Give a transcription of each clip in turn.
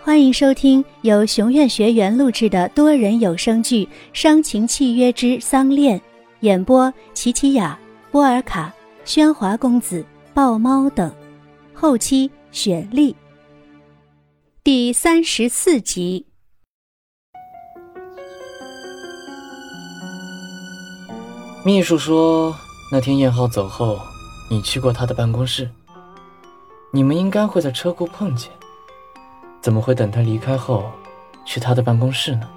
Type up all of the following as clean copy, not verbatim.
欢迎收听由熊院学员录制的多人有声剧《伤情契约之丧恋》，演播琪琪雅、波尔卡、喧哗公子、豹猫等，后期雪莉。第34集。 秘书说，那天燕浩走后，你去过他的办公室，你们应该会在车库碰见。怎么会等他离开后去他的办公室呢？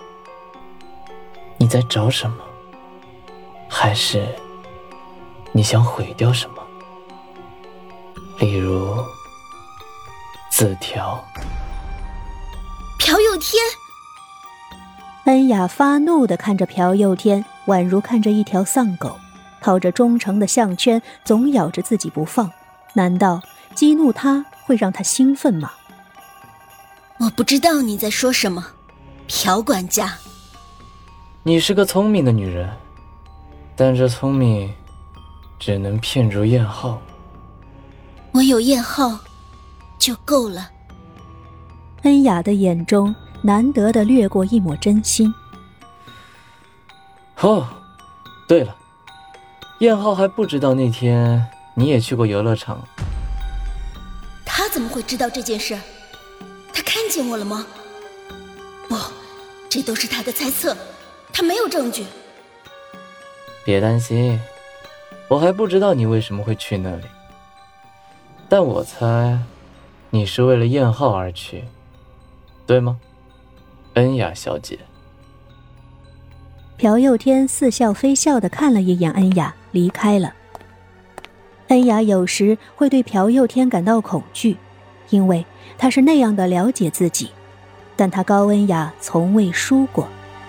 你在找什么？还是你想毁掉什么？例如字条。 朴佑天！ 恩雅发怒地看着朴佑天，宛如看着一条丧狗，套着忠诚的项圈，总咬着自己不放。难道激怒他会让他兴奋吗？ 我不知道你在说什么，朴管家。 你是个聪明的女人，但这聪明只能骗住燕浩。 我有燕浩就够了。 恩雅的眼中难得地掠过一抹真心。 哦，对了，燕浩还不知道那天你也去过游乐场。 他怎么会知道这件事？他看见我了吗？不，这都是他的猜测，他没有证据。 别担心，我还不知道你为什么会去那里，但我猜你是为了燕浩而去，对吗，恩雅小姐？ 朴佑天似笑非笑地看了一眼恩雅，离开了。恩雅有时会对朴佑天感到恐惧，因为他是那样的了解自己，但他高恩雅从未输过。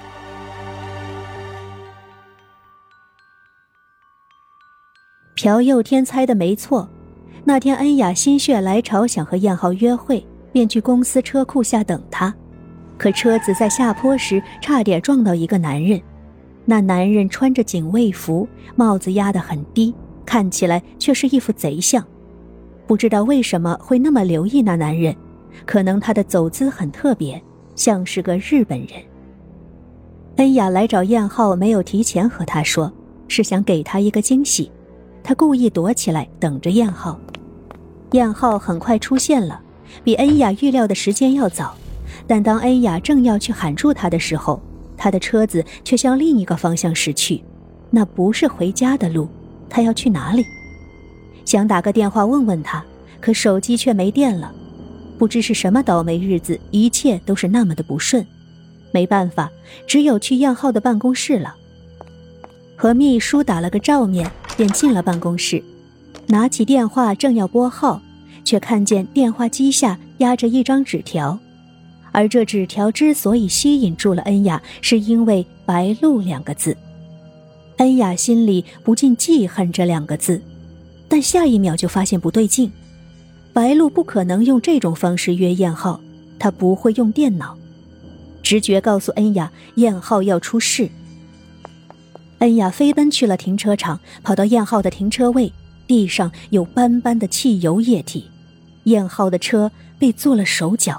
朴佑天猜得没错，那天恩雅心血来潮想和燕浩约会，便去公司车库下等他。可车子在下坡时差点撞到一个男人，那男人穿着警卫服，帽子压得很低，看起来却是一副贼相。不知道为什么会那么留意那男人，可能他的走姿很特别，像是个日本人。恩雅来找燕浩没有提前和他说，是想给他一个惊喜。他故意躲起来等着燕浩。燕浩很快出现了，比恩雅预料的时间要早，但当恩雅正要去喊住他的时候，他的车子却向另一个方向驶去。那不是回家的路，他要去哪里？想打个电话问问他，可手机却没电了。不知是什么倒霉日子，一切都是那么的不顺。没办法，只有去燕浩的办公室了。和秘书打了个照面，便进了办公室。拿起电话正要拨号，却看见电话机下压着一张纸条。而这纸条之所以吸引住了恩雅，是因为白鹿2个字。恩雅心里不禁记恨这2个字，但下一秒就发现不对劲。白鹿不可能用这种方式约燕浩，他不会用电脑。直觉告诉恩雅，燕浩要出事。恩雅飞奔去了停车场，跑到燕浩的停车位，地上有斑斑的汽油液体，燕浩的车被做了手脚。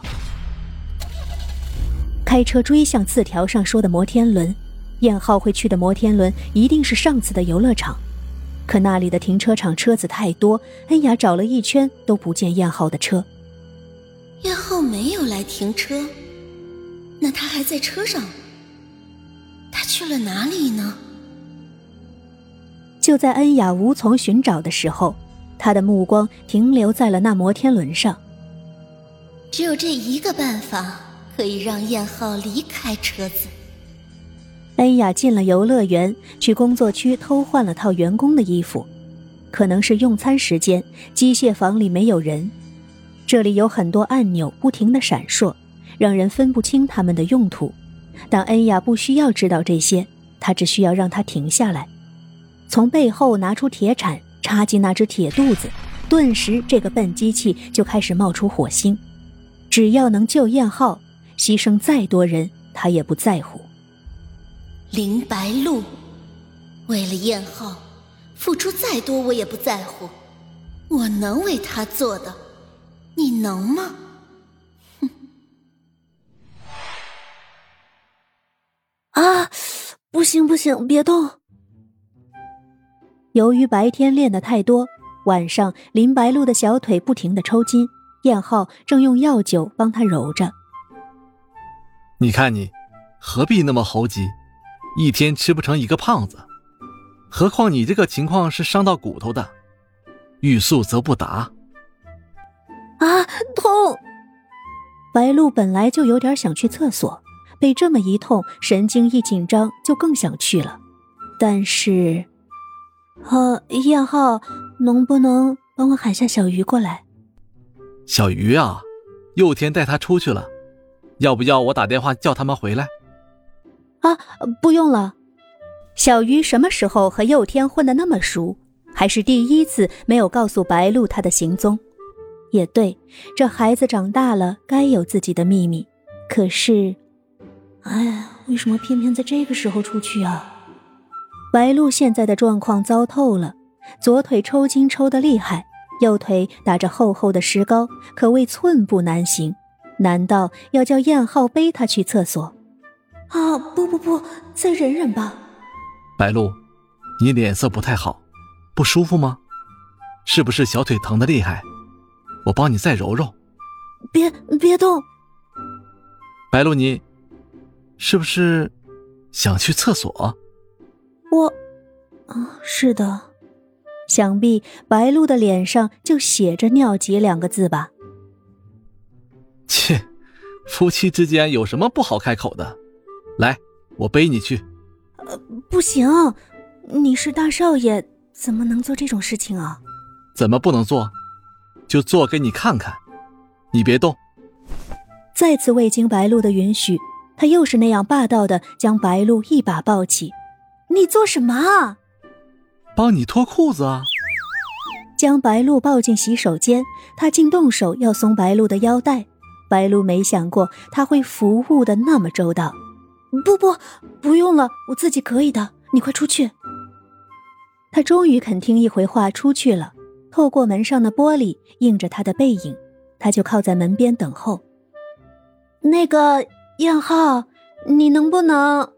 开车追向字条上说的摩天轮，燕浩会去的摩天轮一定是上次的游乐场。可那里的停车场车子太多，恩雅找了一圈都不见燕浩的车。 燕浩没有来停车，那他还在车上，他去了哪里呢？ 就在恩雅无从寻找的时候，她的目光停留在了那摩天轮上。 只有这一个办法可以让燕浩离开车子。 恩雅进了游乐园，去工作区偷换了套员工的衣服。可能是用餐时间，机械房里没有人。这里有很多按钮不停地闪烁，让人分不清它们的用途。但恩雅不需要知道这些，她只需要让它停下来。从背后拿出铁铲，插进那只铁肚子，顿时这个笨机器就开始冒出火星。只要能救燕浩，牺牲再多人他也不在乎。 林白鹿，为了燕浩，付出再多我也不在乎。我能为他做的，你能吗？哼， 行不行，别动。由于白天练得太多，晚上林白露的小腿不停地抽筋，燕浩正用药酒帮他揉着。 你看你何必那么猴急，一天吃不成一个胖子，何况你这个情况是伤到骨头的，欲速则不达。 啊，痛！白露本来就有点想去厕所，被这么一痛，神经一紧张就更想去了。但是燕浩，能不能帮我喊下小鱼过来？ 小鱼啊，佑天带他出去了，要不要我打电话叫他们回来？ 啊，不用了。小鱼什么时候和佑天混得那么熟，还是第一次没有告诉白露他的行踪。也对，这孩子长大了该有自己的秘密。可是为什么偏偏在这个时候出去啊？白露现在的状况糟透了，左腿抽筋抽得厉害，右腿打着厚厚的石膏，可谓寸步难行。难道要叫燕浩背他去厕所？啊，不，再忍忍吧。 白露，你脸色不太好，不舒服吗？是不是小腿疼得厉害？我帮你再揉揉。 别动。 白露，你是不是想去厕所？ 是的。想必白露的脸上就写着尿急2个字吧。 切，夫妻之间有什么不好开口的？来，我背你去。 不行，你是大少爷，怎么能做这种事情啊？ 怎么不能做？就做给你看看，你别动。 再次未经白露的允许，他又是那样霸道的将白露一把抱起。你做什么啊？ 帮你脱裤子啊。 将白露抱进洗手间，他竟动手要松白露的腰带。白露没想过他会服务的那么周到。不用了，我自己可以的，你快出去。他终于肯听一回话，出去了。透过门上的玻璃映着他的背影，他就靠在门边等候。那个燕浩，你能不能……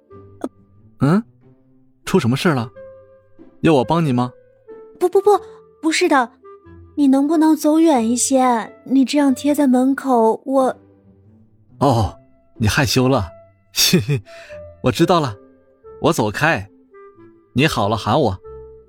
出什么事了？要我帮你吗？ 不是的，你能不能走远一些？你这样贴在门口，我…… 哦，你害羞了，嘿嘿，我知道了，我走开。你好了喊我。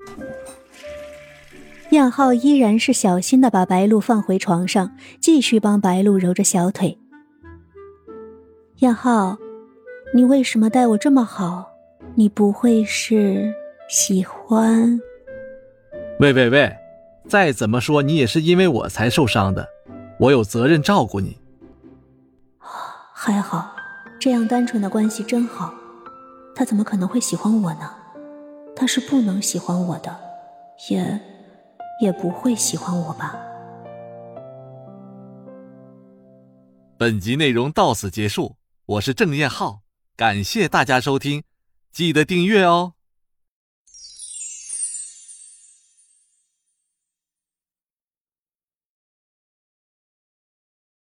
燕浩依然是小心地把白露放回床上，继续帮白露揉着小腿。燕浩，你为什么待我这么好？你不会是喜欢…… 喂，再怎么说你也是因为我才受伤的，我有责任照顾你。 还好，这样单纯的关系真好。他怎么可能会喜欢我呢？他是不能喜欢我的，也不会喜欢我吧。 本集内容到此结束，我是郑彦浩，感谢大家收听，记得订阅哦。